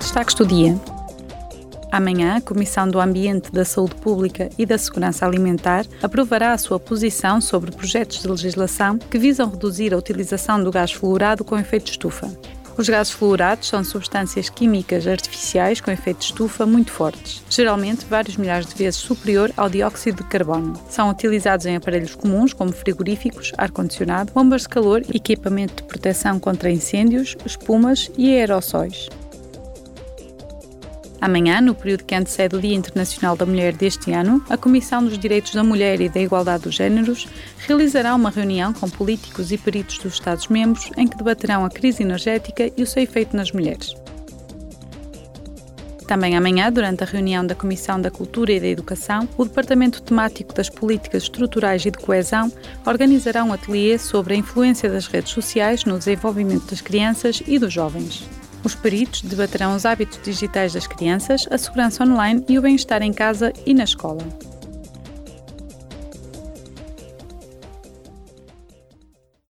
Destaques do dia. Amanhã, a Comissão do Ambiente, da Saúde Pública e da Segurança Alimentar aprovará a sua posição sobre projetos de legislação que visam reduzir a utilização do gás fluorado com efeito de estufa. Os gases fluorados são substâncias químicas artificiais com efeito de estufa muito fortes, geralmente vários milhares de vezes superior ao dióxido de carbono. São utilizados em aparelhos comuns como frigoríficos, ar-condicionado, bombas de calor, equipamento de proteção contra incêndios, espumas e aerossóis. Amanhã, no período que antecede o Dia Internacional da Mulher deste ano, a Comissão dos Direitos da Mulher e da Igualdade dos Géneros realizará uma reunião com políticos e peritos dos Estados-membros em que debaterão a crise energética e o seu efeito nas mulheres. Também amanhã, durante a reunião da Comissão da Cultura e da Educação, o Departamento Temático das Políticas Estruturais e de Coesão organizará um ateliê sobre a influência das redes sociais no desenvolvimento das crianças e dos jovens. Os peritos debaterão os hábitos digitais das crianças, a segurança online e o bem-estar em casa e na escola.